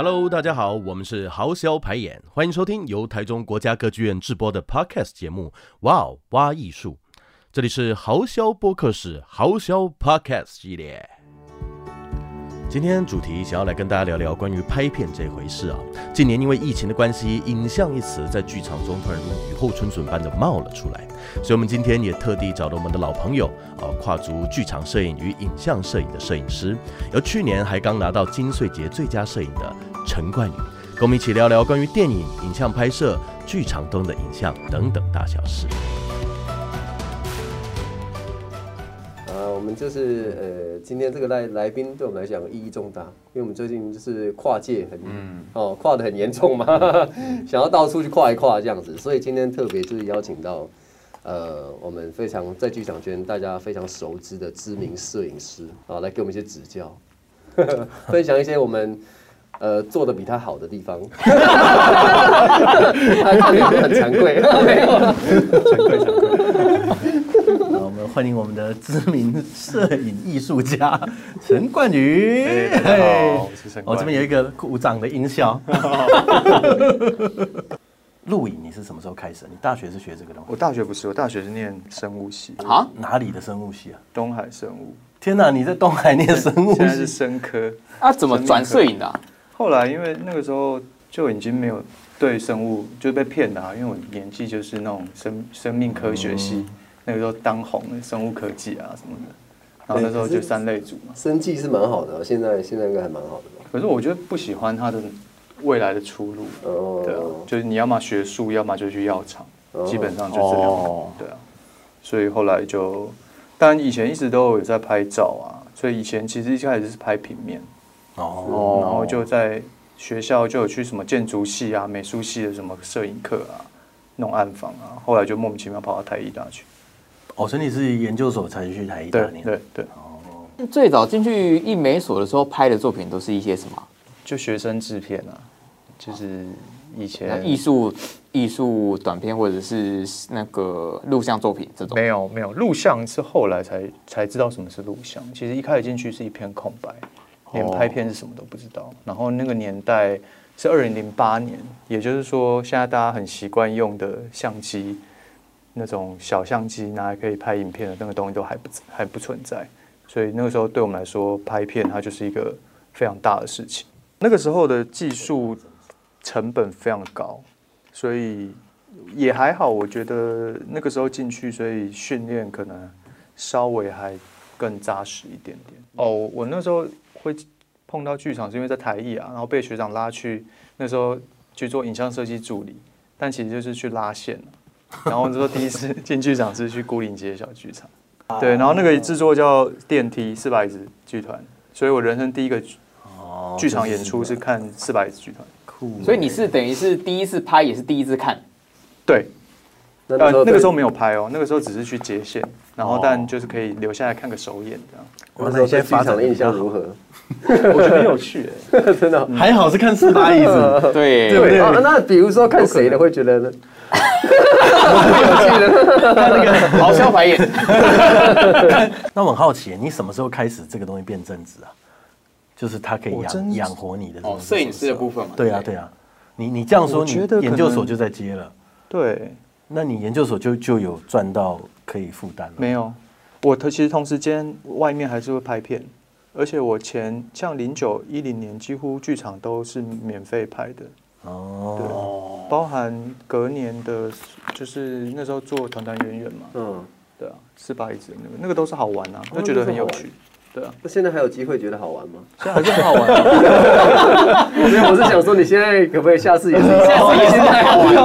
Hello， 大家好，我们是豪销排演，欢迎收听由台中国家歌剧院制播的 Podcast 节目《哇哦挖艺术》，这里是豪销播客室豪销 Podcast 系列。今天主题想要来跟大家聊聊关于拍片这回事啊。近年因为疫情的关系，影像一词在剧场中突然如雨后春笋般的冒了出来，所以我们今天也特地找了我们的老朋友，跨足剧场摄影与影像摄影的摄影师，由去年还刚拿到金穗节最佳摄影的陈冠宇，跟我们一起聊聊关于电影、影像拍摄、剧场中的影像等等大小事。 我们就是今天这个来宾对我们来讲意义重大，因为我们最近就是跨界跨得很严重嘛，想要到处去跨一跨这样子，所以今天特别就是邀请到我们非常在剧场圈大家非常熟知的知名摄影师来给我们一些指教，分享一些我们做的比他好的地方。他看起来很惭愧，没有了，惭愧。 我们欢迎我们的知名摄影艺术家陈冠宇。 大家好，我是陈冠宇。 我这边有一个鼓掌的音效。录影你是什么时候开始？你大学是学这个东西？ 我大学不是，我大学是念生物系。 啊？哪里的生物系啊？ 东海生物。 天哪，你在东海念生物系？ 现在是生科。 啊，怎么转摄影的啊？ 后来因为那个时候就已经没有对生物就被骗的因为我年纪就是那种生命科学系。那个时候当红的生物科技啊什么的，然后那时候就三类组嘛。 生技是蛮好的，现在应该还蛮好的吧。 可是我觉得不喜欢它的未来的出路，对啊，就是你要么学术，要么就去药厂，基本上就这两种，对啊。所以后来就，当然以前一直都有在拍照啊，所以以前其实一开始是拍平面，然后就在学校就有去什么建筑系啊、美术系的什么摄影课啊、弄暗房啊，后来就莫名其妙跑到台艺大去。 所以你是研究所才去台艺大念？ 对。 最早进去艺美所的时候拍的作品都是一些什么？ 就学生制片啊，就是以前艺术短片或者是那个录像作品这种。 没有，录像是后来才知道什么是录像。其实一开始进去是一片空白，连拍片是什么都不知道。然后那个年代是2008年，也就是说现在大家很习惯用的相机。那种小相机拿来可以拍影片的那个东西都还不存在，所以那个时候对我们来说，拍片它就是一个非常大的事情。那个时候的技术成本非常高，所以也还好。我觉得那个时候进去，所以训练可能稍微还更扎实一点点。我那时候会碰到剧场，是因为在台艺啊，然后被学长拉去那时候去做影像设计助理，但其实就是去拉线。然后说第一次进剧场是去牯岭街小剧场，对，然后那个制作叫电梯400子剧团，所以我人生第一个剧场演出是看400子剧团。 酷，所以你是等于是第一次拍，也是第一次看。 对，那个时候没有拍那个时候只是去接线，然后但就是可以留下来看个首演这样。 那时候对剧场的印象如何？ 我觉得很有趣真的， 还好是看400子， 对不对？ 那比如说看谁的会觉得呢？ 那个豪销排演。 那我很好奇，你什么时候开始这个东西变正职啊？就是它可以养活你的摄影师的部分嘛。 对啊。你这样说，你研究所就在接了。 对， 那你研究所就有赚到可以负担了？ 没有，我其实同时间外面还是会拍片，而且我像09、10年几乎剧场都是免费拍的。对，包含隔年的，就是那时候做团团圆圆嘛，对啊，400子那个都是好玩啊，就觉得很有趣，对啊。 那现在还有机会觉得好玩吗？ 现在还是很好玩。 没有，我是想说你现在可不可以下次也是？ 现在好玩。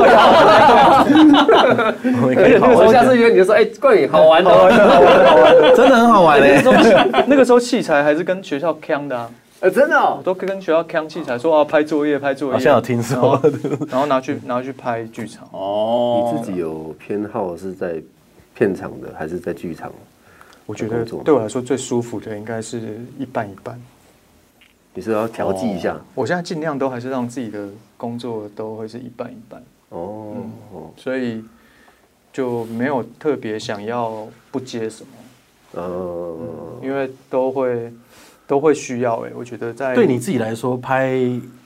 而且那个时候下次约你就说，冠宇好玩的，真的很好玩嘞。 那个时候器材还是跟学校扛的啊。 真的我都跟学校扛器材说拍作业， 好像有听说， 然后拿去拍剧场。 你自己有偏好是在片场的还是在剧场？ 我觉得对我来说最舒服的应该是一半一半。 你是要调剂一下？ 我现在尽量都还是让自己的工作都会是一半一半。所以就没有特别想要不接什么。因为都会需要我觉得在对你自己来说，拍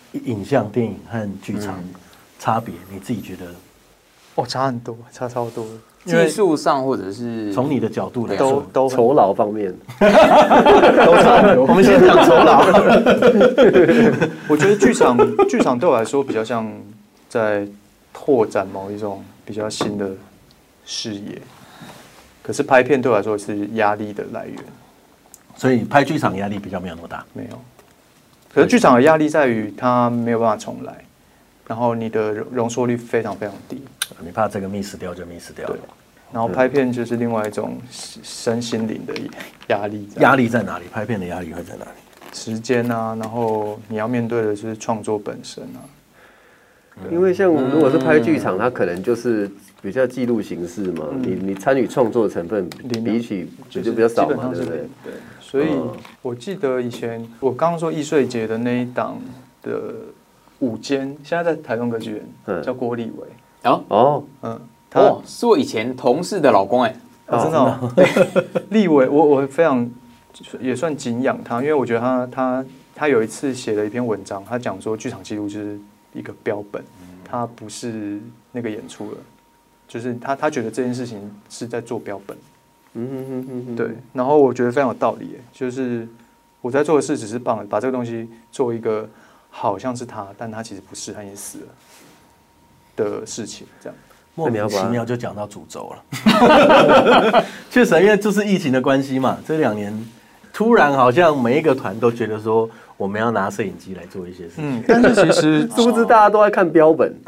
影像电影和剧场差别，你自己觉得？ 哦，差很多，差超多。 技术上或者是从你的角度来说， 都酬劳方面都差很多。我们先讲酬劳。 我觉得剧场对我来说比较像在拓展某一种比较新的视野，可是拍片对我来说是压力的来源， 所以拍剧场压力比较没有那么大。 没有。可是剧场的压力在于它没有办法重来，然后你的容错率非常非常低。 你怕这个 miss 掉就 miss 掉了。 然后拍片就是另外一种身心灵的压力。 压力在哪里？拍片的压力会在哪里？ 时间啊，然后你要面对的就是创作本身啊。 因为像如果是拍剧场，它可能就是比较记录形式嘛，你参与创作的成分比起就比较少嘛，对不对？ 对，所以我记得以前我刚刚说易碎节的那一档的午间，现在在台中歌剧院，叫郭立伟。 是我以前同事的老公哎， 真的哦。立伟，我非常也算敬仰他，因为我觉得他有一次写了一篇文章，他讲说剧场记录就是一个标本，他不是那个演出了，就是他觉得这件事情是在做标本。对。然后我觉得非常有道理，就是我在做的事只是把这个东西做一个好像是他，但他其实不是，他已经死了的事情，这样。 莫名其妙就讲到主轴了。确实，因为就是疫情的关系嘛，这2年突然好像每一个团都觉得说我们要拿摄影机来做一些事情。 但是其实殊不知大家都在看标本。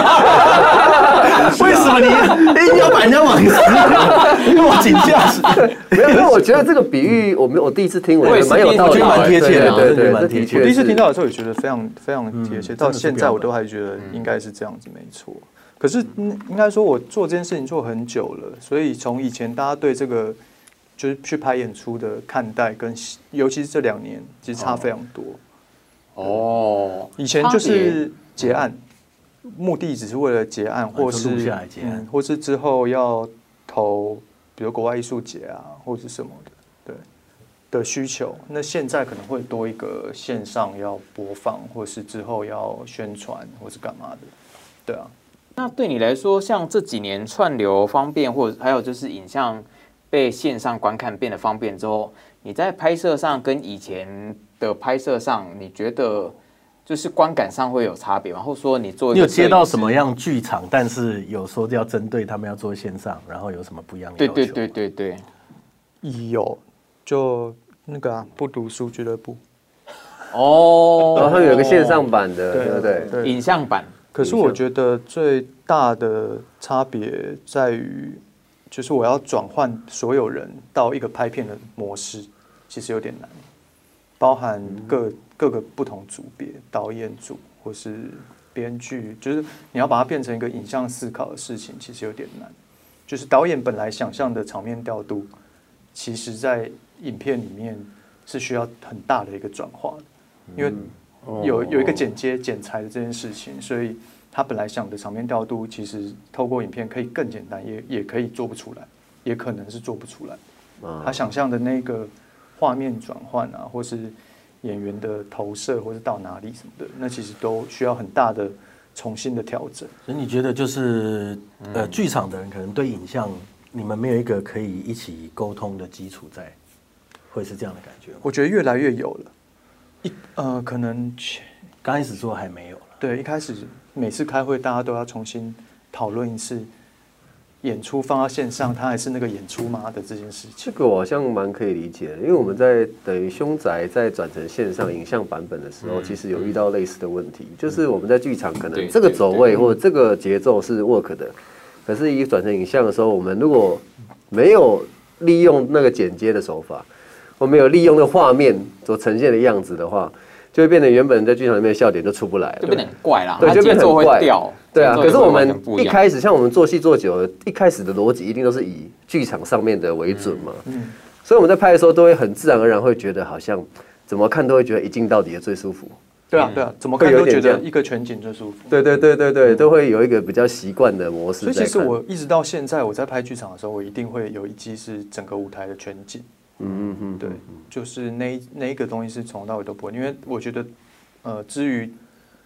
为什么你硬要把人家往死落井下石？ 没有，因为我觉得这个比喻，我第一次听，我觉得蛮有道理， 蛮贴切的。 对，蛮贴切。 我第一次听到的时候也觉得非常非常贴切，到现在我都还觉得应该是这样子，没错。可是应该说，我做这件事情做很久了，所以从以前大家对这个就是去拍演出的看待，跟尤其是这2年，其实差非常多。以前就是结案，目的只是为了结案，或是或是之后要投，比如国外艺术节啊，或是什么的，对的需求。那现在可能会多一个线上要播放，或是之后要宣传，或是干嘛的，对啊。 那对你来说，像这几年串流方便，或者还有就是影像被线上观看变得方便之后，你在拍摄上跟以前的拍摄上，你觉得就是观感上会有差别吗？或者说你做一个， 你有接到什么样剧场，但是有说要针对他们要做线上，然后有什么不一样的要求？ 对， 有，就那个不读书俱乐部。 然后有一个线上版的，对不对？ 影像版。 可是我觉得最大的差别在于，就是我要转换所有人到一个拍片的模式，其实有点难，包含各个不同组别，导演组或是编剧，就是你要把它变成一个影像思考的事情，其实有点难。就是导演本来想象的场面调度，其实在影片里面是需要很大的一个转化的，因为有一个剪接剪裁的这件事情，所以他本来想的场面调度，其实透过影片可以更简单，也可以做不出来，也可能是做不出来。他想象的那个画面转换啊，或是演员的投射，或是到哪里什么的，那其实都需要很大的重新的调整。 所以你觉得就是剧场的人可能对影像，你们没有一个可以一起沟通的基础在，会是这样的感觉吗？ 我觉得越来越有了。可能刚开始说还没有了。 对，一开始每次开会，大家都要重新讨论一次，演出放到线上，它还是那个演出吗的这件事情。 这个我好像蛮可以理解的，因为我们在等于凶宅在转成线上影像版本的时候，其实有遇到类似的问题，就是我们在剧场可能这个走位或者这个节奏是 work 的，可是一转成影像的时候，我们如果没有利用那个剪接的手法，我们有利用那个画面所呈现的样子的话，就会变得原本在剧场里面的笑点就出不来了， 就变得很怪啦， 对，就变得很怪。对啊，可是我们一开始像我们做戏做久了，一开始的逻辑一定都是以剧场上面的为准嘛，所以我们在拍的时候都会很自然而然会觉得好像怎么看都会觉得一镜到底的最舒服。 对啊，怎么看都觉得一个全景最舒服。 对，都会有一个比较习惯的模式。 所以其实我一直到现在，我在拍剧场的时候，我一定会有一机是整个舞台的全景。对，就是那一个东西是从头到尾都不会，因为我觉得，至于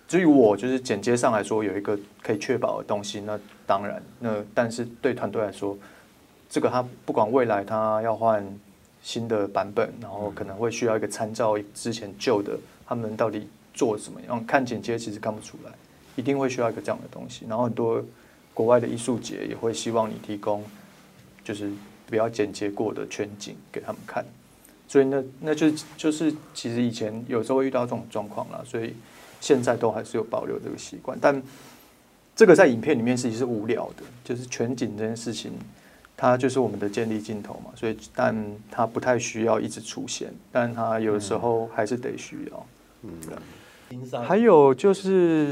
至于我就是剪接上来说有一个可以确保的东西，那当然，但是对团队来说，这个他不管未来他要换新的版本，然后可能会需要一个参照之前旧的，他们到底做什么样，看剪接其实看不出来，一定会需要一个这样的东西。然后很多国外的艺术节也会希望你提供就是不要剪接过的全景给他们看，所以那就是其实以前有时候会遇到这种状况啦，所以现在都还是有保留这个习惯，但这个在影片里面其实是无聊的，就是全景这件事情，它就是我们的建立镜头嘛，所以但它不太需要一直出现，但它有的时候还是得需要。还有就是，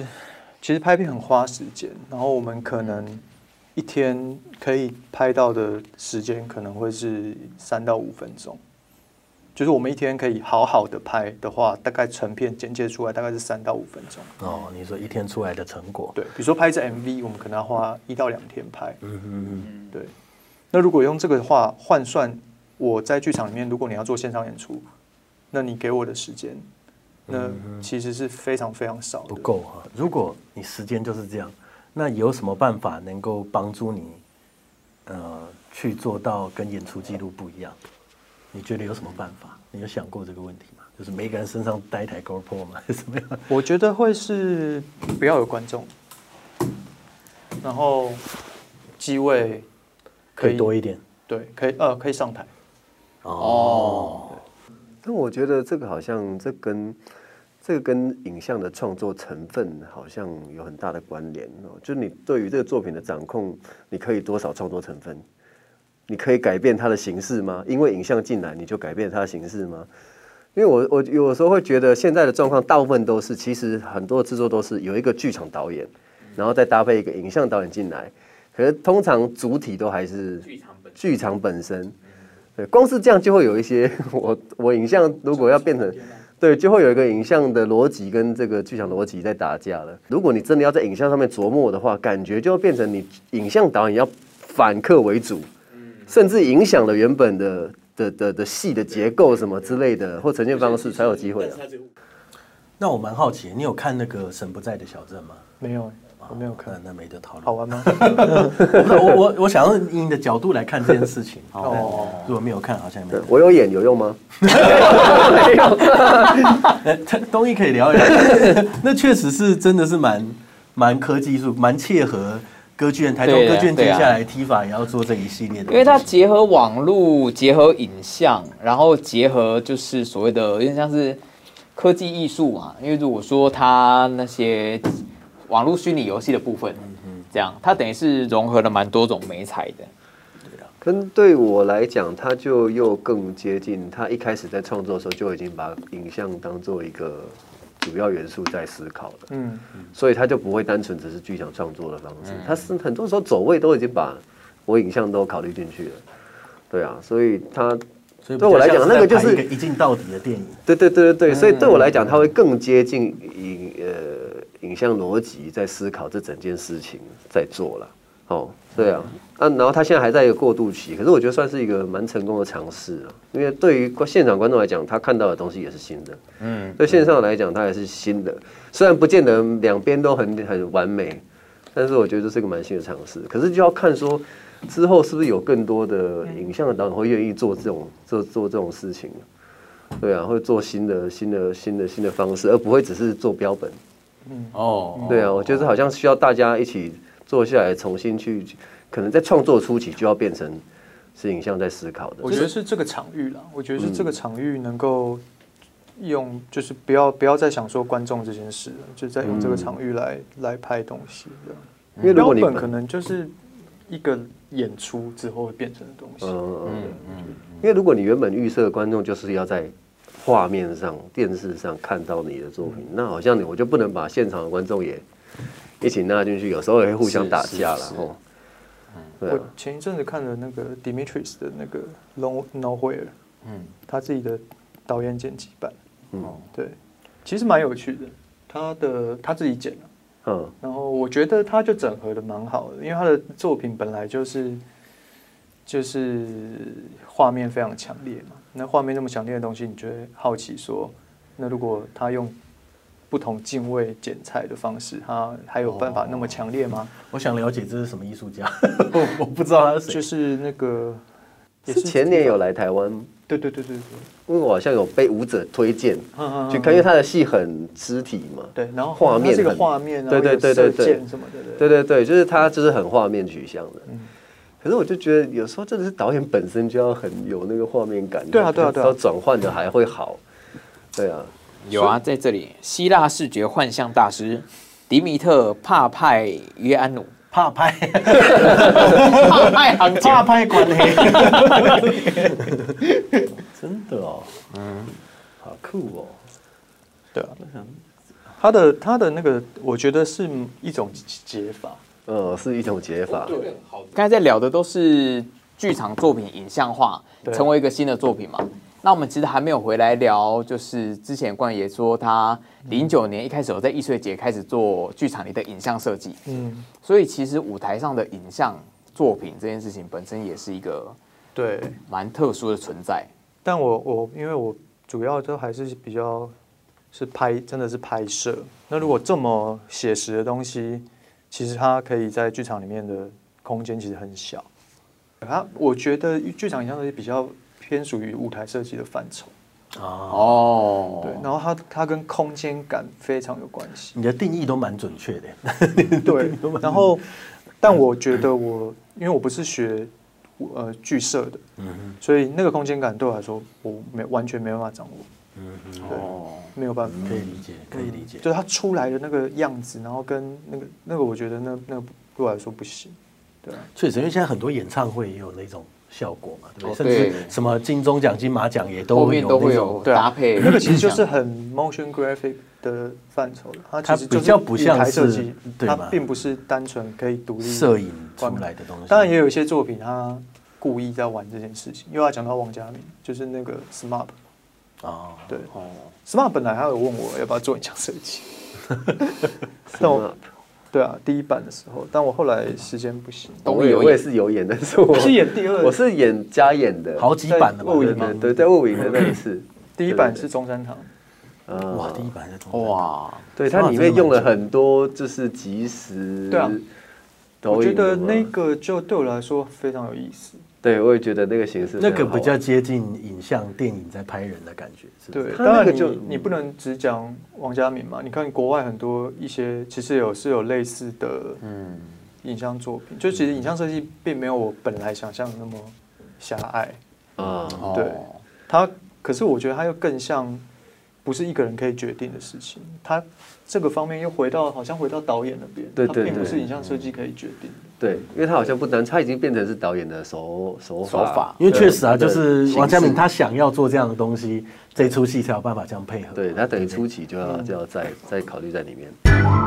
其实拍片很花时间，然后我们可能一天可以拍到的时间可能会是3到5分钟。就是我们一天可以好好的拍的话，大概成片剪接出来大概是3到5分钟。 哦，你说一天出来的成果？ 对，比如说拍一支 MV， 我们可能要花1到2天拍。对。那如果用这个的话换算，我在剧场里面，如果你要做线上演出，那你给我的时间，那其实是非常非常少的， 不够啊。如果你时间就是这样，那有什么办法能够帮助你，去做到跟演出记录不一样？你觉得有什么办法？你有想过这个问题吗？就是每个人身上带一台 GoPro 吗？还是怎么样？ 我觉得会是不要有观众，然后机位可以多一点。 对，可以上台。 哦。 但我觉得这个好像这个跟影像的创作成分好像有很大的关联哦。就是你对于这个作品的掌控，你可以多少创作成分？你可以改变它的形式吗？因为影像进来，你就改变它的形式吗？因为我有时候会觉得现在的状况，大部分都是其实很多制作都是有一个剧场导演，然后再搭配一个影像导演进来，可是通常主体都还是剧场本身。对，光是这样就会有一些我影像如果要变成对，就会有一个影像的逻辑跟这个剧场逻辑在打架了。如果你真的要在影像上面琢磨的话，感觉就会变成你影像导演要反客为主。甚至影响了原本的戏的结构什么之类的，或呈现方式才有机会啊。 那我蛮好奇，你有看那个《神不在的小镇》吗？ 没有，我没有看。 那没得讨论。 好玩吗？ 我想要以你的角度来看这件事情。哦，如果没有看，好像也没有。 我有演有用吗？ 没有。东艺可以聊一聊。那确实是真的是蛮科技术，蛮切合。歌剧院台中歌剧院接下来踢法也要做这一系列的， 因为它结合网络、结合影像，然后结合就是所谓的有点像是科技艺术嘛。因为如果说它那些网络虚拟游戏的部分，这样它等于是融合了蛮多种媒材的。 跟对我来讲，它就又更接近他一开始在创作的时候就已经把影像当做一个主要元素在思考了，所以他就不会单纯只是剧场创作的方式，他是很多时候走位都已经把我影像都考虑进去了，对啊，所所以对我来讲，那个就是一镜到底的电影， 对，所以对我来讲，它会更接近影像逻辑在思考这整件事情在做了，哦，对啊，然后他现在还在一个过渡期，可是我觉得算是一个蛮成功的尝试啊。因为对于现场观众来讲，他看到的东西也是新的，对线上来讲，它也是新的。虽然不见得两边都很完美，但是我觉得这是一个蛮新的尝试。可是就要看说之后是不是有更多的影像的导演会愿意做这种事情，对啊，会做新的方式，而不会只是做标本。对啊，我觉得好像需要大家一起坐下来，重新去，可能在创作初期就要变成是影像在思考的。 我觉得是这个场域啦，我觉得是这个场域能够用，就是不要再想说观众这件事了，就在用这个场域来拍东西这样。因为标本可能就是一个演出之后会变成的东西。 因为如果你原本预设观众就是要在画面上、电视上看到你的作品，那好像我就不能把现场的观众也一起纳进去，有时候也会互相打架了。 我前一阵子看了那个 Dimitris 的那个 Nowhere， 他自己的导演剪辑版，对，其实蛮有趣的，他自己剪了，然后我觉得他就整合的蛮好的，因为他的作品本来就是画面非常强烈嘛，那画面那么强烈的东西，你就会好奇说，那如果他用不同镜位剪裁的方式，它还有办法那么强烈吗？ 我想了解这是什么艺术家，我不知道他是谁。 就是那个，也是前年有来台湾， 对， 因为我好像有被舞者推荐去看，因为他的戏很肢体嘛， 对，然后画面是个画面， 对什么的， 对，就是他就是很画面取向的。可是我就觉得有时候真的是导演本身就要很有那个画面感， 对啊， 转换的还会好，对啊。 有啊，在这里，希腊视觉幻象大师迪米特·帕派约安努， 怕拍， 帕派行家， 怕拍关黑，真的哦，好酷哦， 对啊，他的那个，我觉得是一种解法， 是一种解法。 刚才在聊的都是剧场作品影像化，成为一个新的作品嘛。那我们其实还没有回来聊，就是之前冠也说他09年一开始有在艺术节开始做剧场里的影像设计，所以其实舞台上的影像作品这件事情本身也是一个对蛮特殊的存在。 但因为我主要都还是比较是真的是拍摄。那如果这么写实的东西，其实它可以在剧场里面的空间其实很小。我觉得剧场影像设计比较偏属于舞台设计的范畴。对，然后它跟空间感非常有关系。 你的定义都蛮准确的。 对，然后但我觉得因为我不是学剧社的，所以那个空间感对我来说，我完全没办法掌握。没有办法， 可以理解， 就是它出来的那个样子，然后跟那个，我觉得那对我来说不行。对啊， 确实，因为现在很多演唱会也有那种效果嘛，对不对？甚至什么金钟奖、金马奖也都后面都会有搭配。 那个其实就是很 motion graphic 的范畴了，它其实比较不像是， 它并不是单纯可以独立摄影出来的东西。 当然也有一些作品，它故意在玩这件事情。又要讲到王嘉明，就是那个 SMAP。对，SMAP 本来他有问我要不要做影像设计，但对啊，第一版的时候，但我后来时间不行。 我也是有演，但是我是演第二， 我是演加演的， 好几版的嘛， 对，在雾营的那一次， 第一版是中山堂。 哇，第一版在中山堂。 哇， 对，它里面用了很多就是即时， 对啊，我觉得那个就对我来说非常有意思。 对，我也觉得那个形式那个比较接近影像电影在拍人的感觉。 对，当然你不能只讲王嘉明嘛，你看国外很多一些其实有类似的影像作品，就其实影像设计并没有我本来想象的那么狭隘对，可是我觉得它又更像不是一个人可以决定的事情，它这个方面又好像回到导演那边， 对， 它并不是影像设计可以决定的。 对，因为他好像不单，他已经变成是导演的手法。 因为确实啊，就是王嘉明他想要做这样的东西，这出戏才有办法这样配合。 对，他等于初期就要再考虑在里面。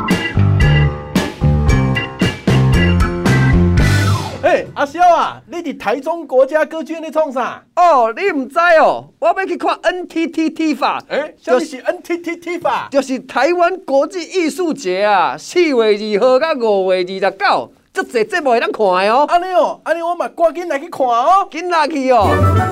阿萧啊，你伫台中国家歌剧院咧创啥？ 哦，你唔知哦，我要去看 NTT 法。 什么是 NTT 法？ 就是台湾国际艺术节啊，4月2号到5月29，这侪节目会当看的哦。 安尼我嘛赶紧来去看哦， 紧来去哦。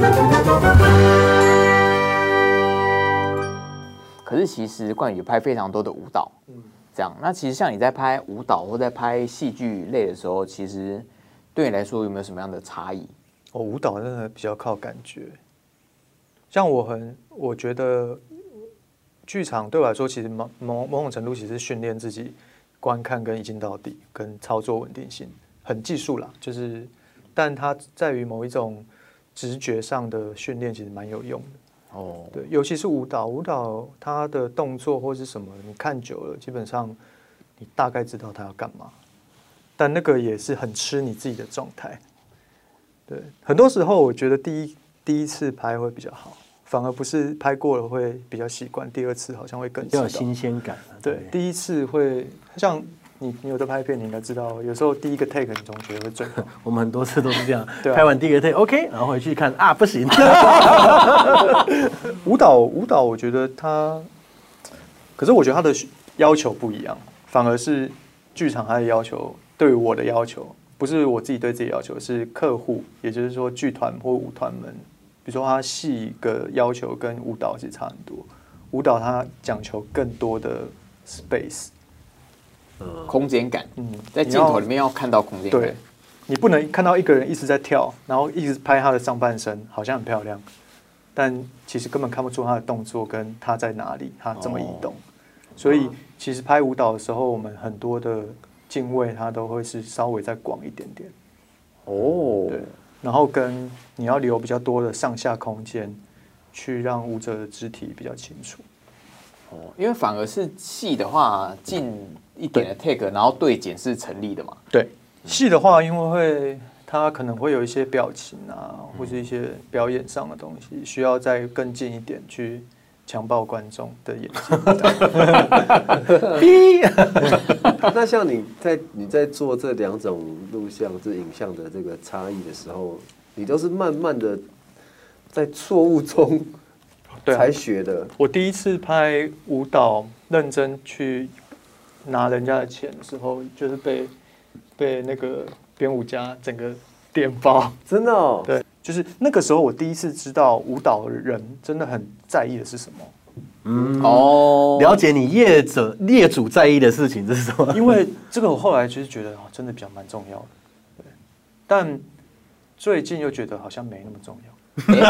可是其实冠宇拍非常多的舞蹈，这样。那其实像你在拍舞蹈或在拍戏剧类的时候，其实对你来说有没有什么样的差异？ 舞蹈真的比较靠感觉。像我觉得剧场对我来说，其实某种程度其实是训练自己观看跟一镜到底跟操作稳定性，很技术啦，就是但它在于某一种直觉上的训练，其实蛮有用的。对，尤其是舞蹈它的动作或是什么，你看久了，基本上你大概知道它要干嘛。但那个也是很吃你自己的状态。对，很多时候我觉得第一次拍会比较好，反而不是拍过了会比较习惯，第二次好像会更比较有新鲜感。 对，第一次会像你有的拍片，你应该知道，有时候第一个 take 你总觉得会最好。 我们很多次都是这样，拍完第一个 take OK， 然后回去看不行。 舞蹈，我觉得可是我觉得它的要求不一样，反而是剧场它的要求。对于我的要求，不是我自己对自己的要求，是客户，也就是说剧团或舞团们，比如说他戏个要求跟舞蹈其实差很多。 舞蹈它讲求更多的 space， 空间感，在镜头里面要看到空间感。 对，你不能看到一个人一直在跳，然后一直拍他的上半身，好像很漂亮，但其实根本看不出他的动作跟他在哪里，他怎么移动。所以其实拍舞蹈的时候，我们很多的镜位它都会是稍微再广一点点。对，然后跟你要留比较多的上下空间，去让舞者的肢体比较清楚。 因为反而是戏的话，近一点的 take， 然后对剪是成立的嘛。 对，戏的话，因为它可能会有一些表情啊，或是一些表演上的东西，需要再更近一点去强暴观众的眼睛。 那像你在做这两种录像、这影像的这个差异的时候，你都是慢慢的在错误中才学的。 我第一次拍舞蹈，认真去拿人家的钱的时候，就是被那个编舞家整个电爆。 真的哦。 对，就是那个时候我第一次知道舞蹈人真的很在意的是什么。 了解你业主在意的事情是什么？ 因为这个我后来就是觉得真的比较蛮重要的，对，但最近又觉得好像没那么重要。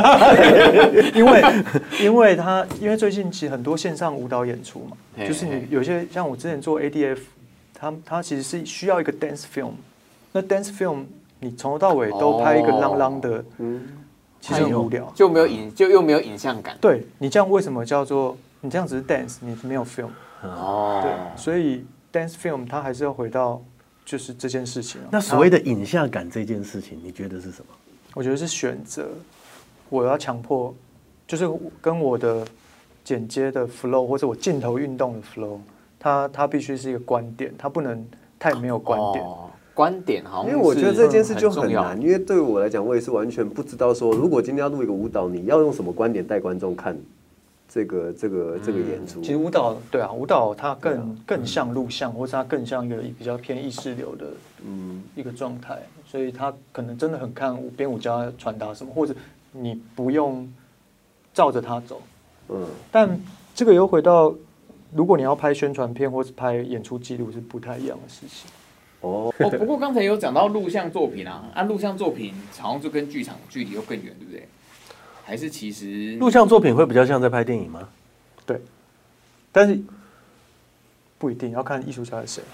因为最近其实很多线上舞蹈演出嘛，就是你有些像我之前做 ADF， 它其实是需要一个 dance film， 那 dance film 你从头到尾都拍一个啷啷的，其实很无聊， 就又没有影像感。 对，你这样为什么叫做你这样只是 dance， 你没有 film？ 对，所以 dance film 它还是要回到就是这件事情。 那所谓的影像感这件事情，你觉得是什么？ 我觉得是选择。我要强迫，就是跟我的剪接的 flow 或者我镜头运动的 flow， 它必须是一个观点，它不能太没有观点。 观点好像因为我觉得这件事就很难，因为对我来讲，我也是完全不知道说，如果今天要录一个舞蹈，你要用什么观点带观众看这个演出。 其实舞蹈对啊，舞蹈它更像录像，或者它更像一个比较偏意识流的一个状态，所以它可能真的很看编舞家传达什么，或者你不用照着它走。但这个又回到，如果你要拍宣传片或是拍演出记录，是不太一样的事情。 不过刚才有讲到录像作品啊，录像作品好像就跟剧场距离又更远，对不对？还是其实录像作品会比较像在拍电影吗？ 对，但是不一定要看艺术家是谁。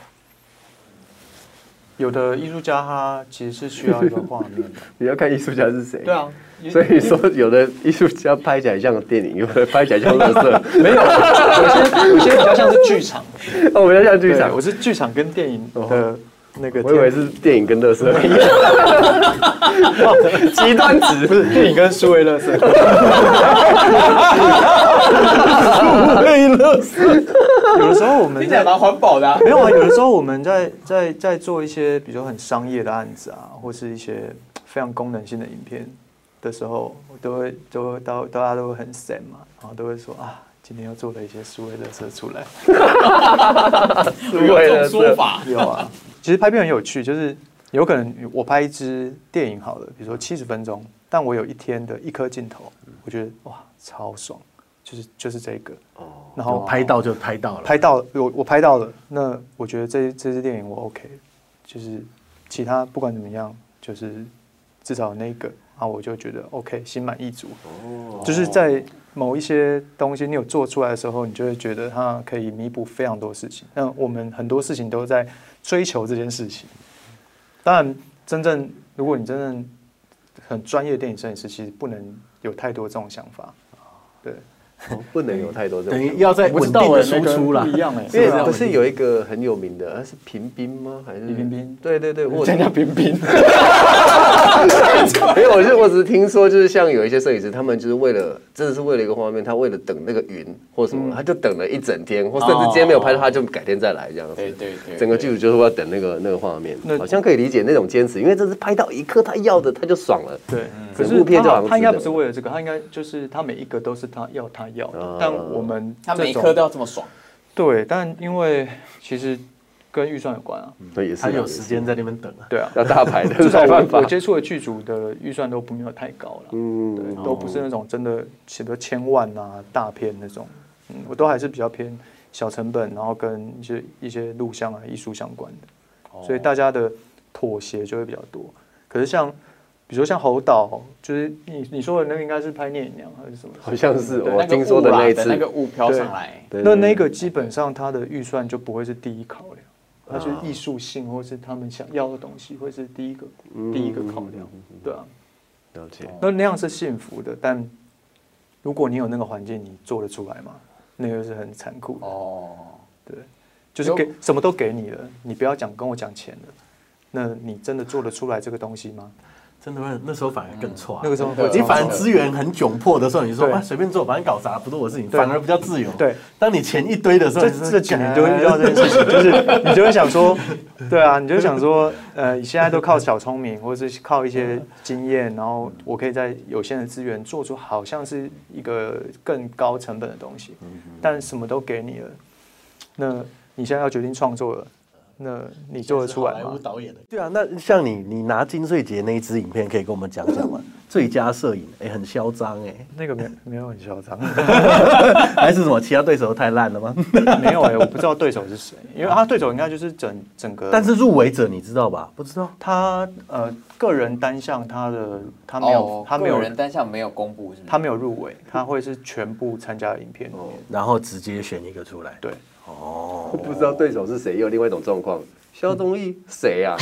有的艺术家他其实是需要一个画面的。 你要看艺术家是谁？ 对啊， 所以说有的艺术家拍起来像电影，有的拍起来像垃圾。 没有，有些比较像是剧场。 比较像剧场。 我是剧场跟电影的那个。 我以为是电影跟垃圾。极端值不是电影跟数位垃圾。 数位垃圾。 有的时候我们听起来蛮环保的啊。 没有啊，有的时候我们在做一些比如说很商业的案子啊，或是一些非常功能性的影片的时候，大家都会很 sad 嘛，然后都会说啊，今天又做了一些数位垃圾出来。 有这种说法？ 有啊。其实拍片很有趣，就是有可能我拍一支电影好了，比如说70分钟，但我有一天的一颗镜头，我觉得哇超爽，就是这个。然后拍到就拍到了， 我拍到了，那我觉得这支电影我 OK， 就是其他不管怎么样，就是至少那个啊，我就觉得 OK， 心满意足。就是在某一些东西你有做出来的时候，你就会觉得它可以弥补非常多事情。那我们很多事情都在追求这件事情。当然，如果你真正很专业的电影摄影师，其实不能有太多这种想法。对。 不能有太多这种， 等于要在稳定的输出啦。 不一样因为不是有一个很有名的，是平滨吗？还是李冰冰？ 对， 人家平冰。 没有，我只是听说，就是像有一些摄影师，他们就是真的是为了一个画面，他为了等那个云或什么，他就等了一整天，或甚至今天没有拍到，他就改天再来这样子。 对， 整个剧组就是要等那个画面，好像可以理解那种坚持，因为这是拍到一刻他要的，他就爽了。 对， 可是他应该不是为了这个，他应该就是他每一个都是他要的，但我们他每一颗都要这么爽。 对，但因为其实跟预算有关啊， 也是他有时间在那边等啊。 对啊， 要大牌的， 至少我接触的剧组的预算都没有太高了，对，都不是那种真的写的1000万啊大片那种， 我都还是比较偏小成本，然后跟一些录像啊、艺术相关的，所以大家的妥协就会比较多。可是比如说像侯导，就是你说的那个应该是拍《聂隐娘》还是什么？ 好像是我听说的那一次， 那个雾飘上来， 那个基本上它的预算就不会是第一考量，它就是艺术性或是他们想要的东西会是第一个考量，对啊， 了解。 那样是幸福的，但如果你有那个环境，你做得出来吗？那个是很残酷的对，就是什么都给你了，你不要跟我讲钱了，那你真的做得出来这个东西吗？ 真的会，那时候反而更错。 那个时候你反而资源很窘迫的时候，你说随便做，反正搞砸不是我的事情，反而比较自由。 对， 当你钱一堆的时候， 这几年就会遇到这件事情，就是你就会想说，对啊，你就想说，你现在都靠小聪明，或者是靠一些经验，然后我可以在有限的资源做出好像是一个更高成本的东西，但什么都给你了，那你现在要决定创作了。那你做得出来吗？ 导演的对啊，那像你拿金穗节那一支影片，可以跟我们讲讲吗？最佳摄影，很嚣张那个没有很嚣张， 还是什么？其他对手太烂了吗？ 没有我不知道对手是谁，因为他对手应该就是整个。 但是入围者你知道吧？不知道。 他个人单项他没有个人单项没有公布，是吗？ 他没有入围，他会是全部参加的影片里面， 然后直接选一个出来。 对。 不知道对手是谁，也有另外一种状况。肖东义谁啊？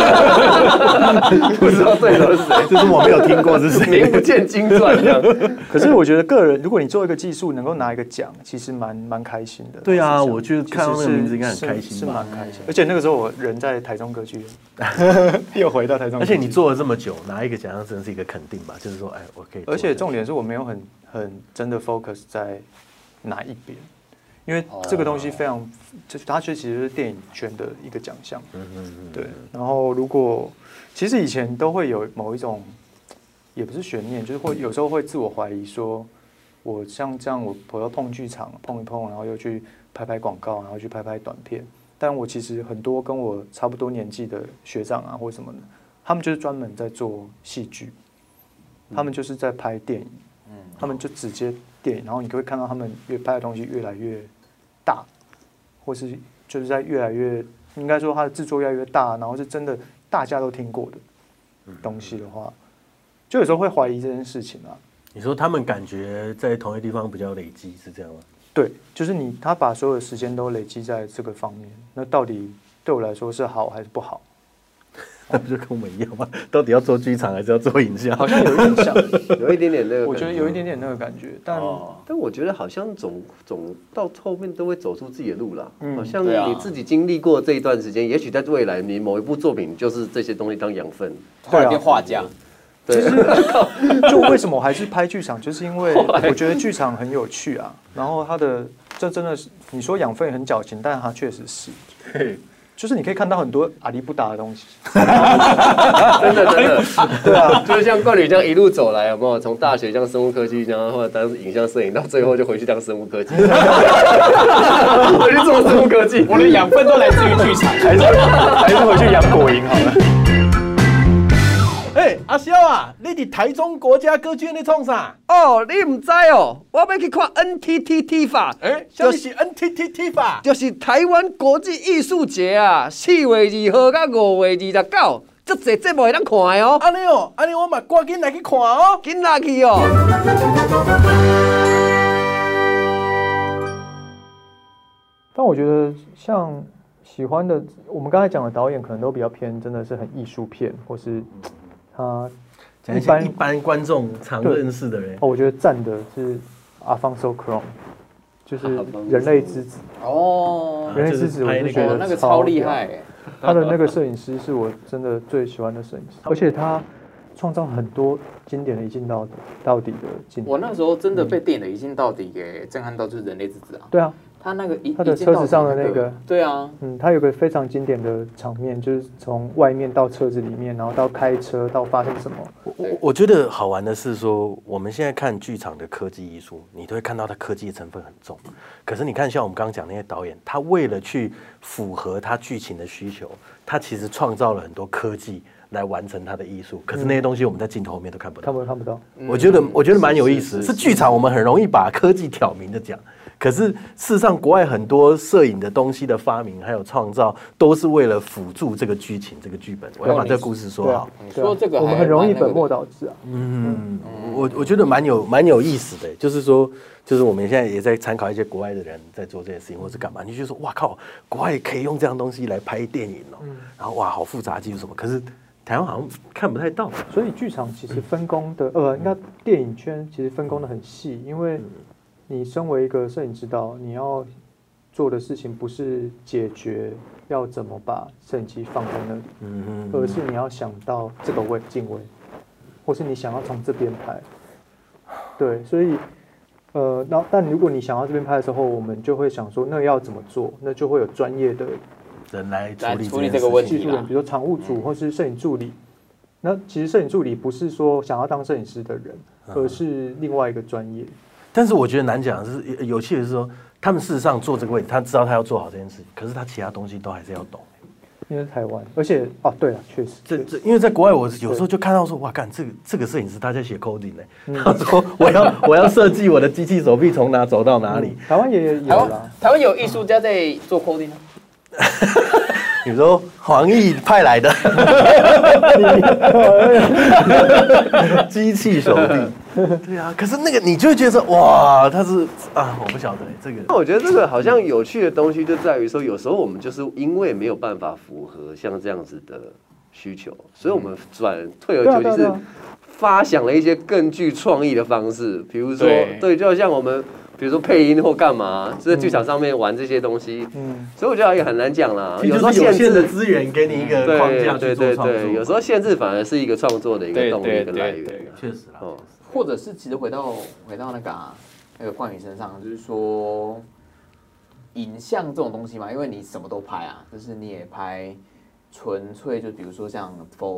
不知道对手是谁， 就是我没有听过是谁， 名不见经传这样。 可是我觉得个人，如果你做一个技术能够拿一个奖，其实蛮开心的。 对啊，我觉得看到那个名字应该很开心， 是蛮开心。而且那个时候我人在台中歌剧院，又回到台中。 而且你做了这么久，拿一个奖项真的是一个肯定吧？就是说，我可以。 而且重点是我没有很真的 focus 在哪一边。因为这个东西非常，它其实是电影圈的一个奖项，对。然后其实以前都会有某一种，也不是悬念，就是有时候会自我怀疑，说我像这样我要碰剧场碰一碰，然后又去拍广告，然后去拍短片。但我其实很多跟我差不多年纪的学长啊或什么的，他们就是专门在做戏剧，他们就是在拍电影，他们就直接电影，然后你会看到他们拍的东西越来越大，或是就是在越来越，应该说它的制作越来越大，然后是真的大家都听过的东西的话，就有时候会怀疑这件事情啊。 你说他们感觉在同一个地方比较累积，是这样吗？ 对，就是他把所有的时间都累积在这个方面，那到底对我来说是好还是不好？ 那不就跟我们一样吗？到底要做剧场还是要做影像？ 好像有一点像， 有一点点那个， 我觉得有一点点那个感觉，但我觉得好像总到后面都会走出自己的路啦。好像你自己经历过这一段时间，也许在未来你某一部作品就是这些东西当养分， 突然变画家。 其实就为什么我还是拍剧场，就是因为我觉得剧场很有趣啊。然后这真的是你说养分很矫情，但它确实是。就是你可以看到很多阿里不达的东西，真的，对啊，就是像冠宇这样一路走来，有没有？从大学像生物科技，然后或者当影像摄影，到最后就回去当生物科技，回去做生物科技， 我的养分都来自于剧场， 还是回去养果蝇好了。 阿肖啊，你伫台中国家歌剧院咧创啥？ 哦，你唔知哦，我要去看 NTT 法， 就是 NTT 法， 就是台湾国际艺术节啊，4月2號到5月29，足濟節目會當看的哦。 安尼我嘛趕緊來去看哦， 緊來去哦。 但我觉得像喜欢的，我们刚才讲的导演可能都比较偏，真的是很艺术片，或是。 一般观众常认识的人， 我觉得赞的是 Alfonso Cuarón， 就是《人类之子》 哦， 人类之子，我就觉得那个超厉害， 他的那个摄影师是我真的最喜欢的摄影师，而且他创造很多经典的一镜到底的镜头。 我那时候真的被电影的一镜到底给震撼到，就是《人类之子》啊。 对啊。 他那个他的车子上的那个， 对啊， 他有个非常经典的场面，就是从外面到车子里面，然后到开车到发生什么。 我觉得好玩的是说，我们现在看剧场的科技艺术，你都会看到它科技的成分很重。可是你看，像我们刚刚讲那些导演，他为了去符合他剧情的需求，他其实创造了很多科技， 来完成它的艺术。可是那些东西我们在镜头后面都看不到， 看不到。 我觉得蛮有意思。是剧场我们很容易把科技挑明的讲，可是事实上国外很多摄影的东西的发明还有创造，都是为了辅助这个剧情、这个剧本。我要把这个故事说好。 你说这个我们很容易本末倒置啊。 我觉得蛮有意思的，就是说。就是我们现在也在参考一些国外的人在做这些事情，或是干嘛，你就说哇靠，国外可以用这样东西来拍电影哦，然后哇好复杂技术什么，可是台湾好像看不太到。 所以剧场其实分工的，应该电影圈其实分工的很细，因为你身为一个摄影指导，你要做的事情不是解决要怎么把摄影机放在那里，而是你要想到这个镜位，或是你想要从这边拍，对，所以。但如果你想要这边拍的时候，我们就会想说，那要怎么做？那就会有专业的人来处理这个问题， 技术人，比如说场务组或是摄影助理。那其实摄影助理不是说想要当摄影师的人，而是另外一个专业。 但是我觉得难讲的是，有趣的是说，他们事实上做这个位置，他知道他要做好这件事情，可是他其他东西都还是要懂。 因为台湾，而且对了，确实， 因为在国外，我有时候就看到说，哇，干这个摄影师他在写 coding 呢，他说我要设计我的机器手臂从哪走到哪里。 台湾也有啦， 台湾有艺术家在做 coding 吗？ 你说黄奕派来的机器手臂，对啊，可是那个你就会觉得说，哇，他是我不晓得这个。 那我觉得这个好像有趣的东西就在于说，有时候我们就是因为没有办法符合像这样子的需求，所以我们退而求其次，发想了一些更具创意的方式，比如说对，就像我们。比如说配音或干嘛，就在剧场上面玩这些东西，所以我觉得也很难讲啦。 有时候有限的资源给你一个框架去做创作， 有时候限制反而是一个创作的一个动力跟来源。 确实啦， 或者是其实回到那个冠宇身上，就是说影像这种东西嘛，因为你什么都拍啊，就是你也拍纯粹就比如说像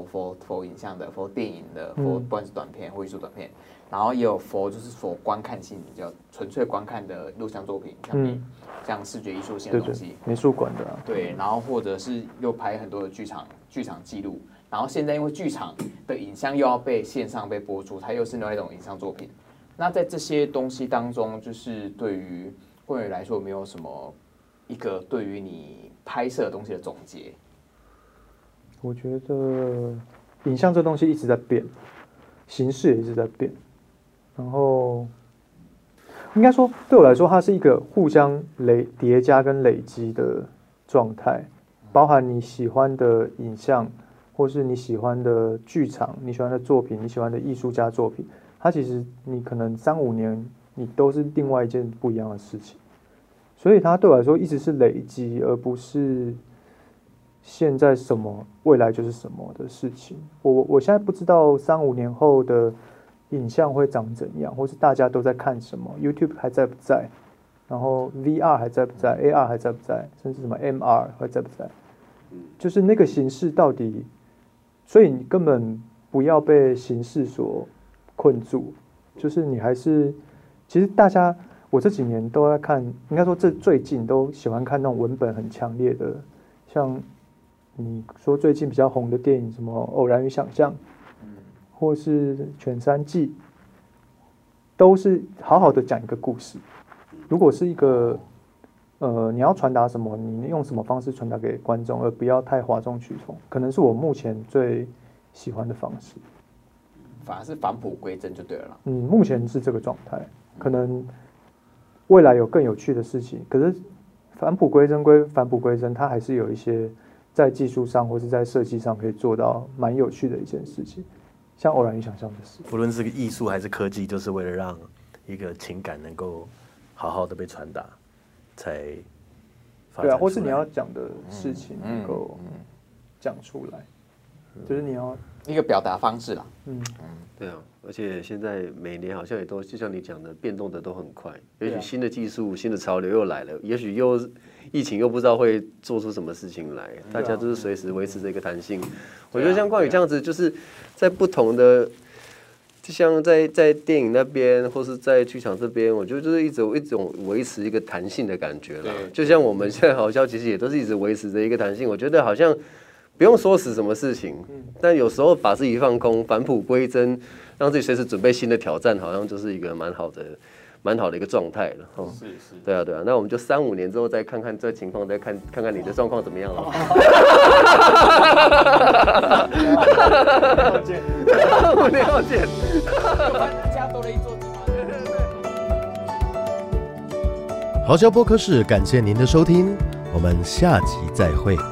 for 影像的 for 电影的 for 不管是短片或艺术短片。然后也有就是观看性比较纯粹观看的录像作品，像视觉艺术性的东西， 美术馆的对，然后或者是又拍很多的剧场记录，然后现在因为剧场的影像又要被线上被播出，它又是另外一种影像作品。那在这些东西当中，就是对于冠宇来说，有没有什么一个对于你拍摄的东西的总结？ 我觉得影像这东西一直在变，形式也一直在变。然后，应该说，对我来说，它是一个互相叠加跟累积的状态，包含你喜欢的影像，或是你喜欢的剧场、你喜欢的作品、你喜欢的艺术家作品，它其实你可能3-5年，你都是另外一件不一样的事情。所以它对我来说一直是累积，而不是现在什么，未来就是什么的事情。我现在不知道3-5年后的影像会长怎样，或是大家都在看什么 ，YouTube 还在不在，然后 VR 还在不在 ，AR 还在不在，甚至什么 MR 还在不在，就是那个形式到底，所以你根本不要被形式所困住，就是你还是，其实大家我这几年都在看，应该说最近都喜欢看那种文本很强烈的，像你说最近比较红的电影，什么《偶然与想象》。或是犬山记，都是好好的讲一个故事。如果是一个你要传达什么，你用什么方式传达给观众，而不要太哗众取宠，可能是我目前最喜欢的方式。 反而是返璞归真就对了。 目前是这个状态，可能未来有更有趣的事情。可是返璞归真归返璞归真，它还是有一些在技术上或是在设计上可以做到蛮有趣的一件事情。像偶然与想象的事， 不论是艺术还是科技，就是为了让一个情感能够好好的被传达，才发展出来。 对啊，或是你要讲的事情能够讲出来，就是你要一个表达方式啦。 对啊，而且现在每年好像也都就像你讲的，变动的都很快。也许新的技术、新的潮流又来了，也许疫情又不知道会做出什么事情来，大家都是随时维持着一个弹性。我觉得像冠宇这样子，就是在不同的，就像在电影那边或是在剧场这边，我觉得就是一种维持一个弹性的感觉啦。就像我们现在好像其实也都是一直维持着一个弹性，我觉得好像不用说死什么事情，但有时候把自己放空，返璞归真，让自己随时准备新的挑战，好像就是一个蛮好的一个状态了。哦， 是， 对啊，那我们就3-5年之后再看看这情况，再看看你的状况怎么样了。5年后见。 家多了一座地方。 豪销播客室感谢您的收听，我们下集再会。